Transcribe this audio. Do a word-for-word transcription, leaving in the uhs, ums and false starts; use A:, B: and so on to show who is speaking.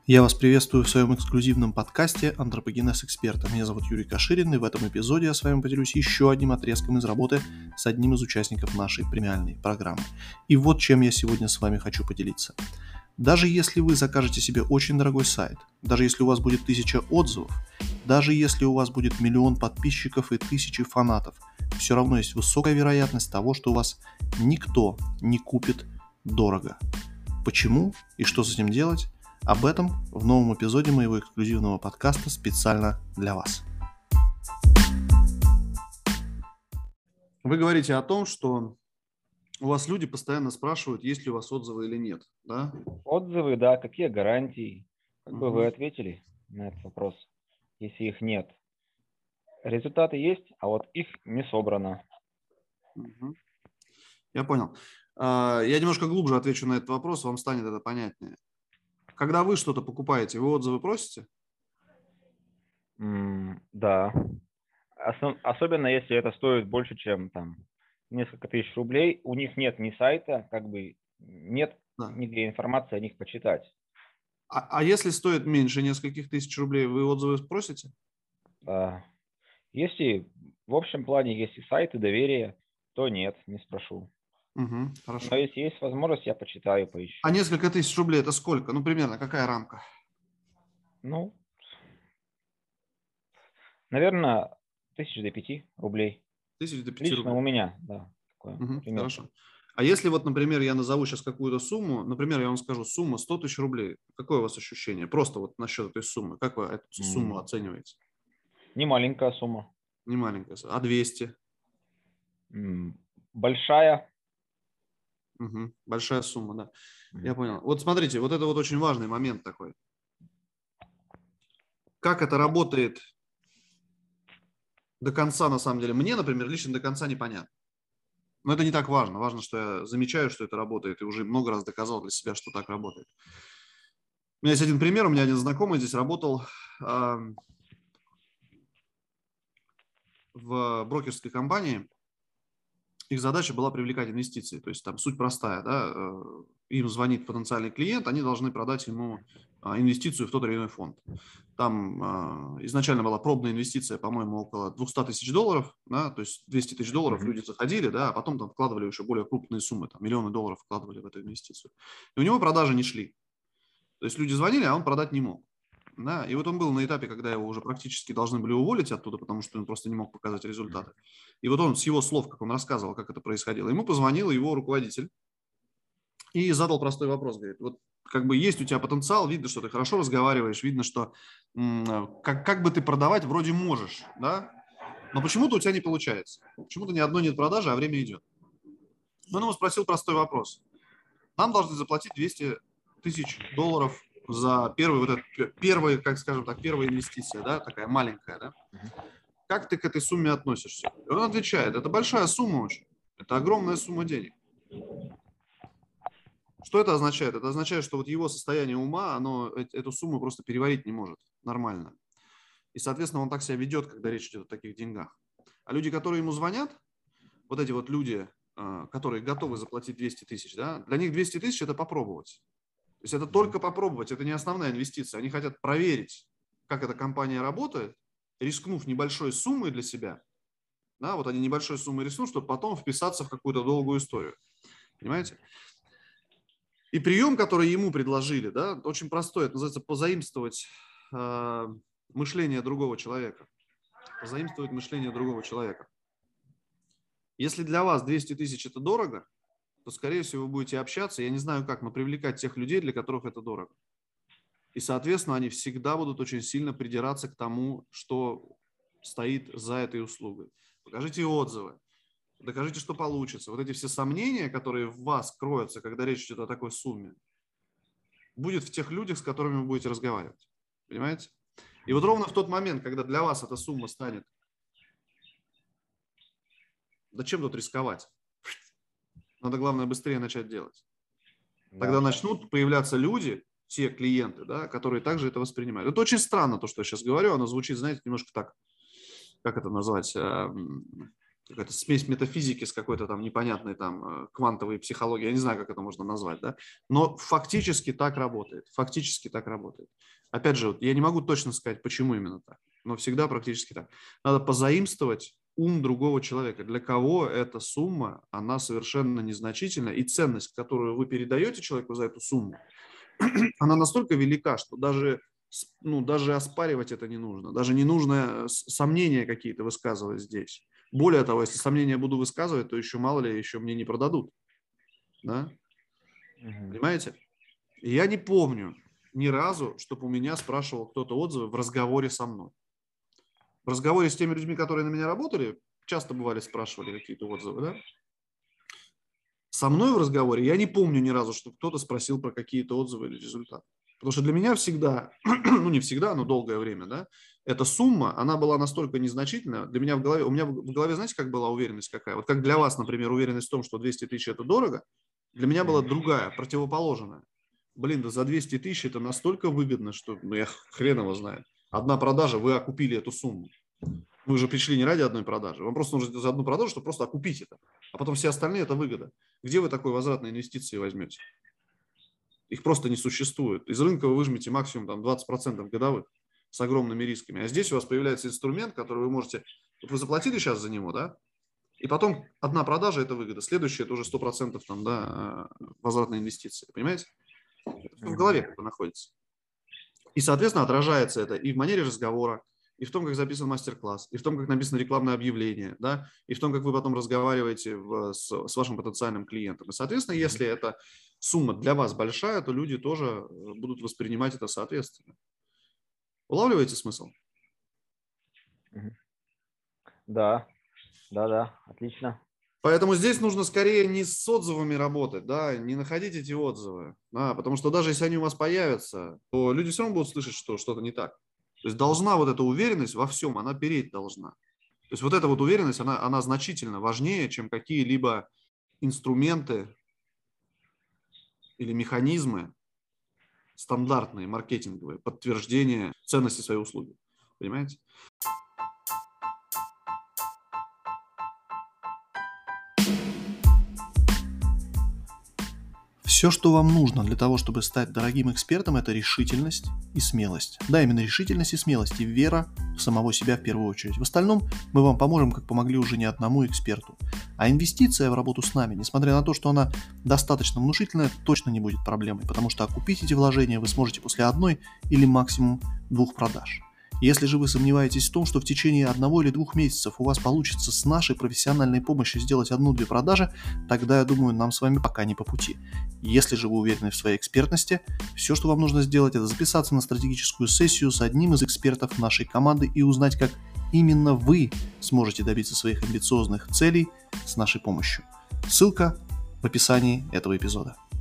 A: Я вас приветствую в своем эксклюзивном подкасте «Антропогенез эксперта». Меня зовут Юрий Каширин, и в этом эпизоде я с вами поделюсь еще одним отрезком из работы с одним из участников нашей премиальной программы. И вот чем я сегодня с вами хочу поделиться. Даже если вы закажете себе очень дорогой сайт, даже если у вас будет тысяча отзывов, даже если у вас будет миллион подписчиков и тысячи фанатов, все равно есть высокая вероятность того, что у вас никто не купит дорого. Почему и что с этим делать? Об этом в новом эпизоде моего эксклюзивного подкаста специально для вас. Вы говорите о том, что у вас люди постоянно спрашивают, есть ли у вас отзывы или нет, да?
B: Отзывы, да, какие гарантии? Как бы
A: Угу.
B: вы ответили на этот вопрос, если их нет? Результаты есть, а вот их не собрано.
A: Угу. Я понял. Я немножко глубже отвечу на этот вопрос, вам станет это понятнее. Когда вы что-то покупаете, вы отзывы просите?
B: М, да. Осо- особенно если это стоит больше, чем там несколько тысяч рублей, у них нет ни сайта, как бы нет
A: Да.
B: нигде информации о них почитать.
A: А, а если стоит меньше нескольких тысяч рублей, вы отзывы спросите?
B: Да. Если в общем плане есть и сайты доверия, то нет, не спрошу.
A: Угу, хорошо.
B: Но если есть возможность, я почитаю, поищу.
A: А несколько тысяч рублей это сколько? Ну, примерно, какая рамка?
B: Ну, наверное, тысяч до пяти рублей.
A: Тысяч до пяти
B: Лично
A: рублей.
B: у меня, да, такое
A: Угу,
B: пример.
A: хорошо. А если вот, например, я назову сейчас какую-то сумму, например, я вам скажу сумма сто тысяч рублей, какое у вас ощущение? Просто вот насчет этой суммы. Как вы эту сумму
B: М,
A: оцениваете?
B: Не маленькая сумма.
A: Не маленькая. А двести?
B: М, Большая.
A: Угу. Большая сумма, да.
B: М,
A: Я понял. Вот смотрите, вот это вот очень важный момент такой. Как это работает до конца, на самом деле? Мне, например, лично до конца непонятно. Но это не так важно. Важно, что я замечаю, что это работает, и уже много раз доказал для себя, что так работает. У меня есть один пример. У меня один знакомый здесь работал э, в брокерской компании. Их задача была привлекать инвестиции. То есть там суть простая. Да? Э, им звонит потенциальный клиент, они должны продать ему э, инвестицию в тот или иной фонд. Там э, изначально была пробная инвестиция, по-моему, около двести тысяч долларов. Да? То есть двести тысяч долларов
B: мгм.
A: люди заходили, да? А потом там вкладывали еще более крупные суммы. Там, миллионы долларов вкладывали в эту инвестицию. И у него продажи не шли. То есть люди звонили, а он продать не мог. Да, и вот он был на этапе, когда его уже практически должны были уволить оттуда, потому что он просто не мог показать результаты. И вот он с его слов, как он рассказывал, как это происходило, ему позвонил его руководитель и задал простой вопрос. Говорит, вот как бы есть у тебя потенциал, видно, что ты хорошо разговариваешь, видно, что м, как, как бы ты продавать вроде можешь, да, но почему-то у тебя не получается. Почему-то ни одной нет продажи, а время идет. Он ему спросил простой вопрос. Нам должны заплатить двести тысяч долларов за первый, вот этот, первый, как скажем так, первая инвестиция, да, такая маленькая, да. Как ты к этой сумме относишься? И он отвечает, это большая сумма очень, это огромная сумма денег. Что это означает? Это означает, что вот его состояние ума, оно эту сумму просто переварить не может нормально. И, соответственно, он так себя ведет, когда речь идет о таких деньгах. А люди, которые ему звонят, вот эти вот люди, которые готовы заплатить двести тысяч, да, для них двести тысяч – это попробовать. То есть это только попробовать, это не основная инвестиция. Они хотят проверить, как эта компания работает, рискнув небольшой суммой для себя. Да, вот они небольшой суммой рискнут, чтобы потом вписаться в какую-то долгую историю. Понимаете? И прием, который ему предложили, да, очень простой. Это называется позаимствовать э, мышление другого человека. Позаимствовать мышление другого человека. Если для вас двести тысяч это дорого, то, скорее всего, вы будете общаться, я не знаю как, но привлекать тех людей, для которых это дорого. И, соответственно, они всегда будут очень сильно придираться к тому, что стоит за этой услугой. Покажите отзывы, докажите, что получится. Вот эти все сомнения, которые в вас кроются, когда речь идет о такой сумме, будет в тех людях, с которыми вы будете разговаривать. Понимаете? И вот ровно в тот момент, когда для вас эта сумма станет, да чем тут рисковать? Надо, главное, быстрее начать делать. Тогда
B: Да.
A: начнут появляться люди, те клиенты, да, которые также это воспринимают. Это очень странно, то, что я сейчас говорю, оно звучит, знаете, немножко так, как это назвать, какая-то смесь метафизики с какой-то там непонятной там квантовой психологией, я не знаю, как это можно назвать, да, но фактически так работает, фактически так работает. Опять же, я не могу точно сказать, почему именно так, но всегда практически так. Надо позаимствовать ум другого человека. Для кого эта сумма, она совершенно незначительна, и ценность, которую вы передаете человеку за эту сумму, она настолько велика, что даже, ну, даже оспаривать это не нужно, даже не нужно сомнения какие-то высказывать здесь. Более того, если сомнения буду высказывать, то еще мало ли, еще мне не продадут. Да? Угу. Понимаете? И я не помню ни разу, чтобы у меня спрашивал кто-то отзывы в разговоре со мной. В разговоре с теми людьми, которые на меня работали, часто бывали, спрашивали какие-то отзывы, да? Со мной в разговоре я не помню ни разу, чтобы кто-то спросил про какие-то отзывы или результаты. Потому что для меня всегда, ну не всегда, но долгое время, да, эта сумма, она была настолько незначительна. Для меня в голове, у меня в голове, знаете, как была уверенность какая? Вот как для вас, например, уверенность в том, что двести тысяч это дорого, для меня была другая, противоположная. Блин, да за двести тысяч это настолько выгодно, что, ну я хрен его знает. Одна продажа, вы окупили эту сумму. Вы же пришли не ради одной продажи. Вам просто нужно за одну продажу, чтобы просто окупить это. А потом все остальные – это выгода. Где вы такой возврат на инвестиции возьмете? Их просто не существует. Из рынка вы выжмете максимум там, двадцать процентов годовых с огромными рисками. А здесь у вас появляется инструмент, который вы можете… Вот вы заплатили сейчас за него, да? И потом одна продажа – это выгода. Следующая – это уже сто процентов там, да, возврат на инвестиции. Понимаете? Это в голове как бы находится. И, соответственно, отражается это и в манере разговора, и в том, как записан мастер-класс, и в том, как написано рекламное объявление, да, и в том, как вы потом разговариваете в, с, с вашим потенциальным клиентом. И, соответственно, если эта сумма для вас большая, то люди тоже будут воспринимать это соответственно. Улавливаете смысл?
B: Да, да, да, отлично.
A: Поэтому здесь нужно скорее не с отзывами работать, да, не находить эти отзывы, да, потому что даже если они у вас появятся, то люди все равно будут слышать, что что-то не так. То есть должна вот эта уверенность во всем, она переть должна. То есть вот эта вот уверенность, она, она значительно важнее, чем какие-либо инструменты или механизмы стандартные, маркетинговые, подтверждения ценности своей услуги. Понимаете? Все, что вам нужно для того, чтобы стать дорогим экспертом, это решительность и смелость. Да, именно решительность и смелость, и вера в самого себя в первую очередь. В остальном мы вам поможем, как помогли уже не одному эксперту. А инвестиция в работу с нами, несмотря на то, что она достаточно внушительная, точно не будет проблемой, потому что окупить эти вложения вы сможете после одной или максимум двух продаж. Если же вы сомневаетесь в том, что в течение одного или двух месяцев у вас получится с нашей профессиональной помощью сделать одну-две продажи, тогда, я думаю, нам с вами пока не по пути. Если же вы уверены в своей экспертности, все, что вам нужно сделать, это записаться на стратегическую сессию с одним из экспертов нашей команды и узнать, как именно вы сможете добиться своих амбициозных целей с нашей помощью. Ссылка в описании этого эпизода.